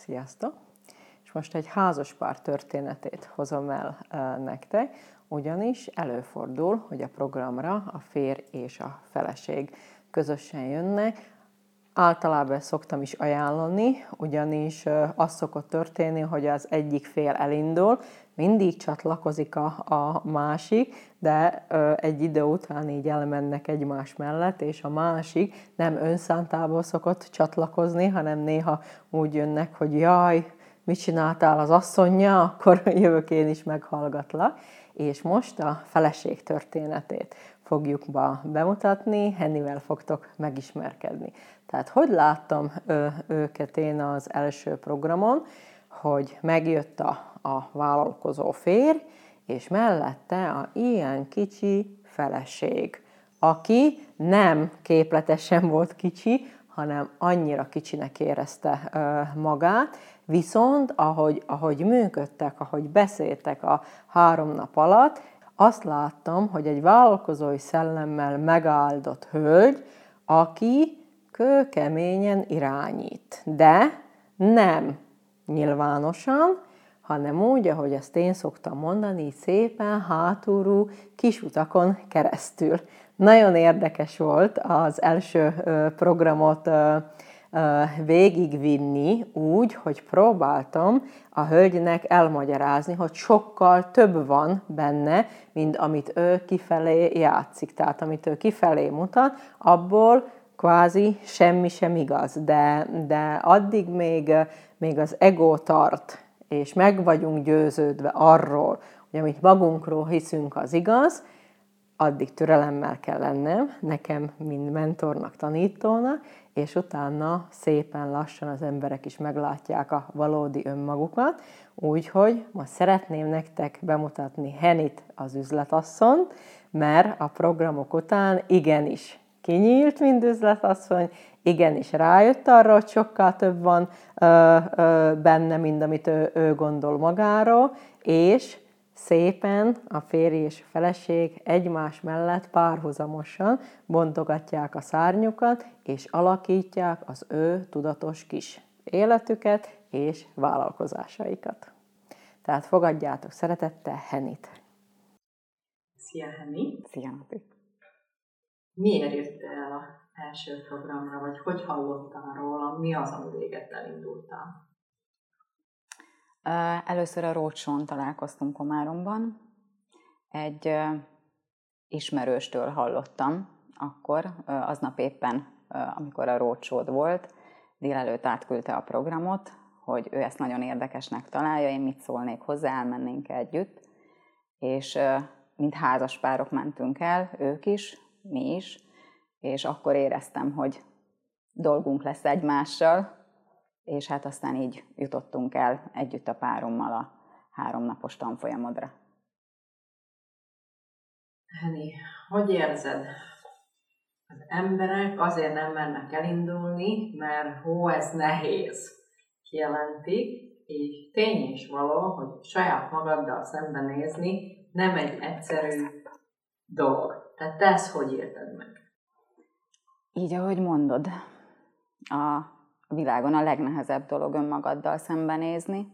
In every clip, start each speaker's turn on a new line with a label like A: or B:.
A: Sziasztok! És most egy házaspár történetét hozom el nektek, ugyanis előfordul, hogy a programra a férj és a feleség közösen jönnek. Általában szoktam is ajánlani, ugyanis az szokott történni, hogy az egyik fél elindul, mindig csatlakozik a másik, de egy idő után így elmennek egymás mellett, és a másik nem önszántából szokott csatlakozni, hanem néha úgy jönnek, hogy jaj, mit csináltál az asszonnyal, akkor jövök én is meghallgatlak. És most a feleség történetét fogjuk bemutatni, Hennivel fogtok megismerkedni. Tehát hogy láttam őket én az első programon, hogy megjött a vállalkozó férj, és mellette a ilyen kicsi feleség, aki nem képletesen volt kicsi, hanem annyira kicsinek érezte magát, viszont ahogy működtek, ahogy beszéltek a 3 nap alatt, azt láttam, hogy egy vállalkozói szellemmel megáldott hölgy, aki kőkeményen irányít, de nem nyilvánosan, hanem úgy, ahogy ezt én szoktam mondani, így szépen hátulról kis utakon keresztül. Nagyon érdekes volt az első programot végigvinni úgy, hogy próbáltam a hölgynek elmagyarázni, hogy sokkal több van benne, mint amit ő kifelé játszik. Tehát amit ő kifelé mutat, abból kvázi semmi sem igaz. De addig még az ego tart, és meg vagyunk győződve arról, hogy amit magunkról hiszünk, az igaz, addig türelemmel kell lennem, nekem, mint mentornak, tanítónak, és utána szépen lassan az emberek is meglátják a valódi önmagukat. Úgyhogy most szeretném nektek bemutatni Hennit, az üzletasszont, mert a programok után igenis kinyílt, mint üzletasszony, igenis rájött arra, hogy sokkal több van benne, mint amit ő gondol magáról, és szépen a férj és a feleség egymás mellett párhuzamosan bontogatják a szárnyukat, és alakítják az ő tudatos kis életüket és vállalkozásaikat. Tehát fogadjátok szeretettel Hennit.
B: Szia, Henni!
A: Szia, Nati!
B: Miért jöttél az első programra, vagy hogy hallottál róla? Mi az, ami véget elindultál?
C: Először a roadshown találkoztunk Komáromban. Egy ismerőstől hallottam akkor, aznap éppen, amikor a roadshow volt, délelőtt átküldte a programot, hogy ő ezt nagyon érdekesnek találja, én mit szólnék hozzá, elmennénk együtt, és mint házaspárok mentünk el, ők is, mi is, és akkor éreztem, hogy dolgunk lesz egymással, és hát aztán így jutottunk el együtt a párommal a 3 napos tanfolyamodra.
B: Henni, hogy érzed? Az emberek azért nem mernek elindulni, mert ez nehéz, kijelentik, és tény is való, hogy saját magaddal szembenézni nem egy egyszerű dolog. Tehát te ezt hogy érted meg?
C: Így, ahogy mondod, a világon a legnehezebb dolog önmagaddal szembenézni,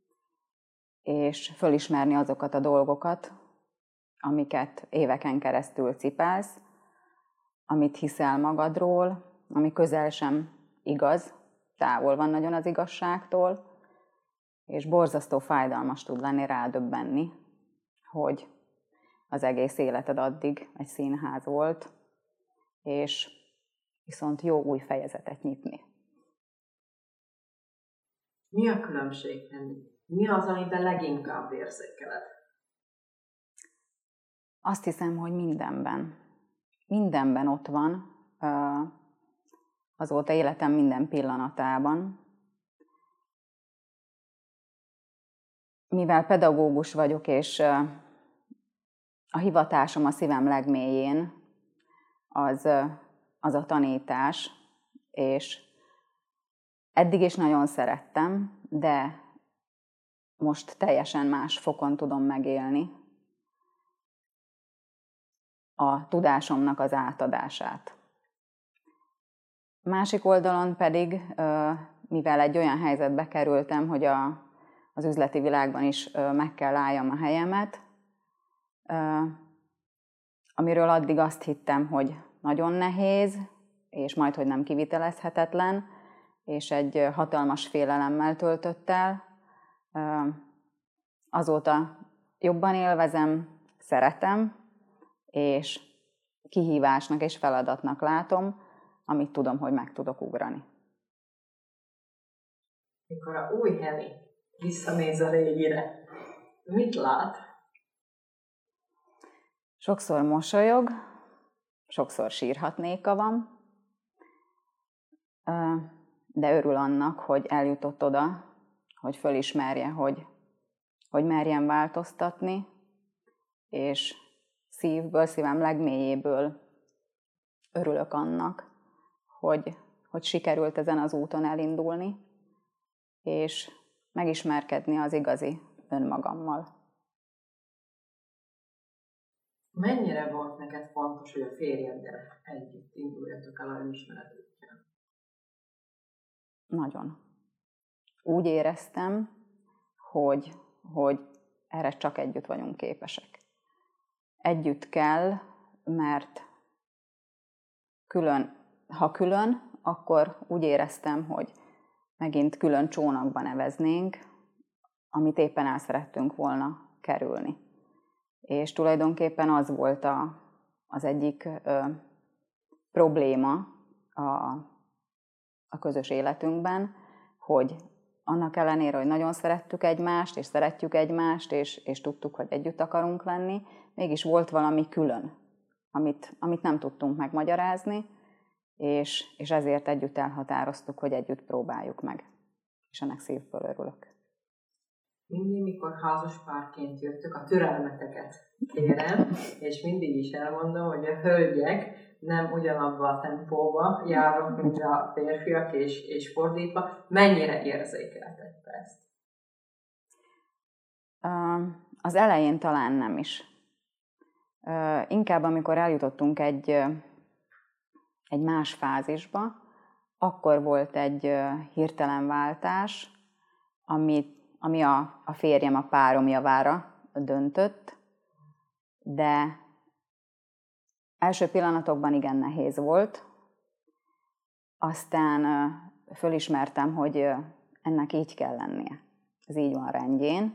C: és fölismerni azokat a dolgokat, amiket éveken keresztül cipelsz, amit hiszel magadról, ami közel sem igaz, távol van nagyon az igazságtól, és borzasztó fájdalmas tud lenni rádöbbenni, hogy az egész életed addig egy színház volt, és viszont jó új fejezetet nyitni.
B: Mi a különbség, Henni? Mi az, amiben leginkább érzékeled?
C: Azt hiszem, hogy mindenben ott van, azóta életem minden pillanatában. Mivel pedagógus vagyok, és a hivatásom a szívem legmélyén az a tanítás, és eddig is nagyon szerettem, de most teljesen más fokon tudom megélni a tudásomnak az átadását. Másik oldalon pedig mivel egy olyan helyzetbe kerültem, hogy az üzleti világban is meg kell álljam a helyemet, amiről addig azt hittem, hogy nagyon nehéz, és majd, hogy nem kivitelezhetetlen, és egy hatalmas félelemmel töltött el. Azóta jobban élvezem, szeretem, és kihívásnak és feladatnak látom, amit tudom, hogy meg tudok ugrani.
B: Mikor a új Henny visszanéz a régire, mit lát?
C: Sokszor mosolyog, sokszor sírhatnéka van, de örül annak, hogy eljutott oda, hogy fölismerje, hogy merjen változtatni, és szívem legmélyéből örülök annak, hogy sikerült ezen az úton elindulni, és megismerkedni az igazi önmagammal.
B: Mennyire volt neked fontos, hogy a férjeddel együtt induljatok el a önismeret útján?
C: Nagyon. Úgy éreztem, hogy erre csak együtt vagyunk képesek. Együtt kell, mert ha külön, akkor úgy éreztem, hogy megint külön csónakban neveznénk, amit éppen el szerettünk volna kerülni. És tulajdonképpen az volt az egyik probléma a közös életünkben, hogy annak ellenére, hogy nagyon szerettük egymást, és szeretjük egymást, és tudtuk, hogy együtt akarunk lenni, mégis volt valami külön, amit nem tudtunk megmagyarázni, és ezért együtt elhatároztuk, hogy együtt próbáljuk meg. És ennek szívből örülök.
B: Mindig, mikor házaspárként jöttök, a türelmeteket kérem, és mindig is elmondom, hogy a hölgyek nem ugyanabban a tempóban járnak, mint a férfiak, és fordítva. Mennyire érzékeltette ezt?
C: Az elején talán nem is. Inkább amikor eljutottunk egy más fázisba, akkor volt egy hirtelen váltás, ami a férjem, a párom javára döntött, de első pillanatokban igen nehéz volt. Aztán fölismertem, hogy ennek így kell lennie. Ez így van rendjén,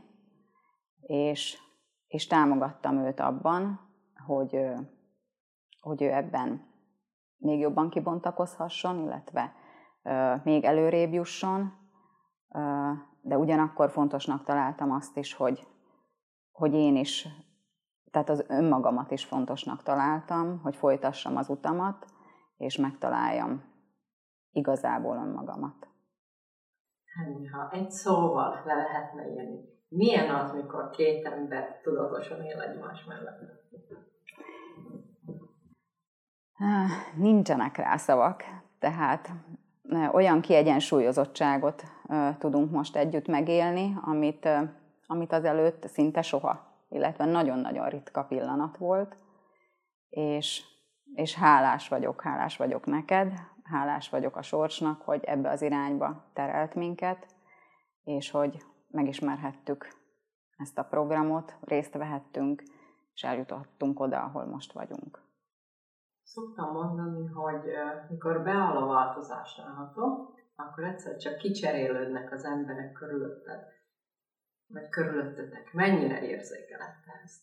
C: és támogattam őt abban, hogy ő ebben még jobban kibontakozhasson, illetve még előrébb jusson, de ugyanakkor fontosnak találtam azt is, hogy én is, tehát az önmagamat is fontosnak találtam, hogy folytassam az utamat, és megtaláljam igazából önmagamat.
B: Ha egy szóval le lehetne írni, milyen az, mikor két ember tudatosan él egymás mellett?
C: Nincsenek rá szavak, tehát olyan kiegyensúlyozottságot tudunk most együtt megélni, amit azelőtt szinte soha, illetve nagyon-nagyon ritka pillanat volt, és hálás vagyok neked, hálás vagyok a sorsnak, hogy ebbe az irányba terelt minket, és hogy megismerhettük ezt a programot, részt vehettünk, és eljutottunk oda, ahol most vagyunk.
B: Szoktam mondani, hogy mikor beáll a változás állható, akkor egyszer csak kicserélődnek az emberek körülötted, vagy körülöttetek. Mennyire érzékelette ezt?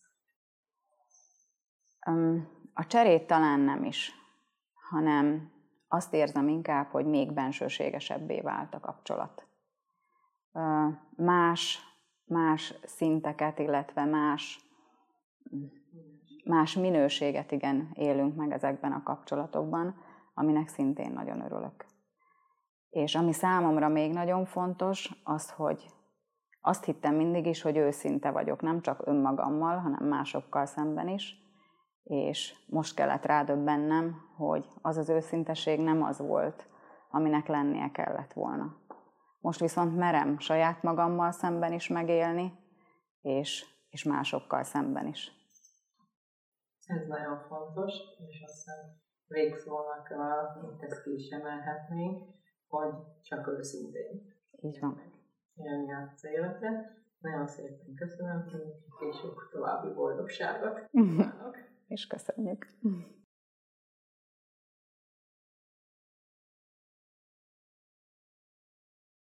C: A cserét talán nem is, hanem azt érzem inkább, hogy még bensőségesebbé vált a kapcsolat. Más szinteket, illetve más minőséget élünk meg ezekben a kapcsolatokban, aminek szintén nagyon örülök. És ami számomra még nagyon fontos, az, hogy azt hittem mindig is, hogy őszinte vagyok, nem csak önmagammal, hanem másokkal szemben is, és most kellett rádöbbennem, hogy az az őszinteség nem az volt, aminek lennie kellett volna. Most viszont merem saját magammal szemben is megélni, és másokkal szemben is.
B: Ez nagyon fontos, és azt hiszem végszónak, mint ezt ki is emelhetnénk, hogy csak őszintén.
C: Így van.
B: Élni az életet. Nagyon szépen köszönöm, és további boldogságot kívánok.
C: És köszönjük.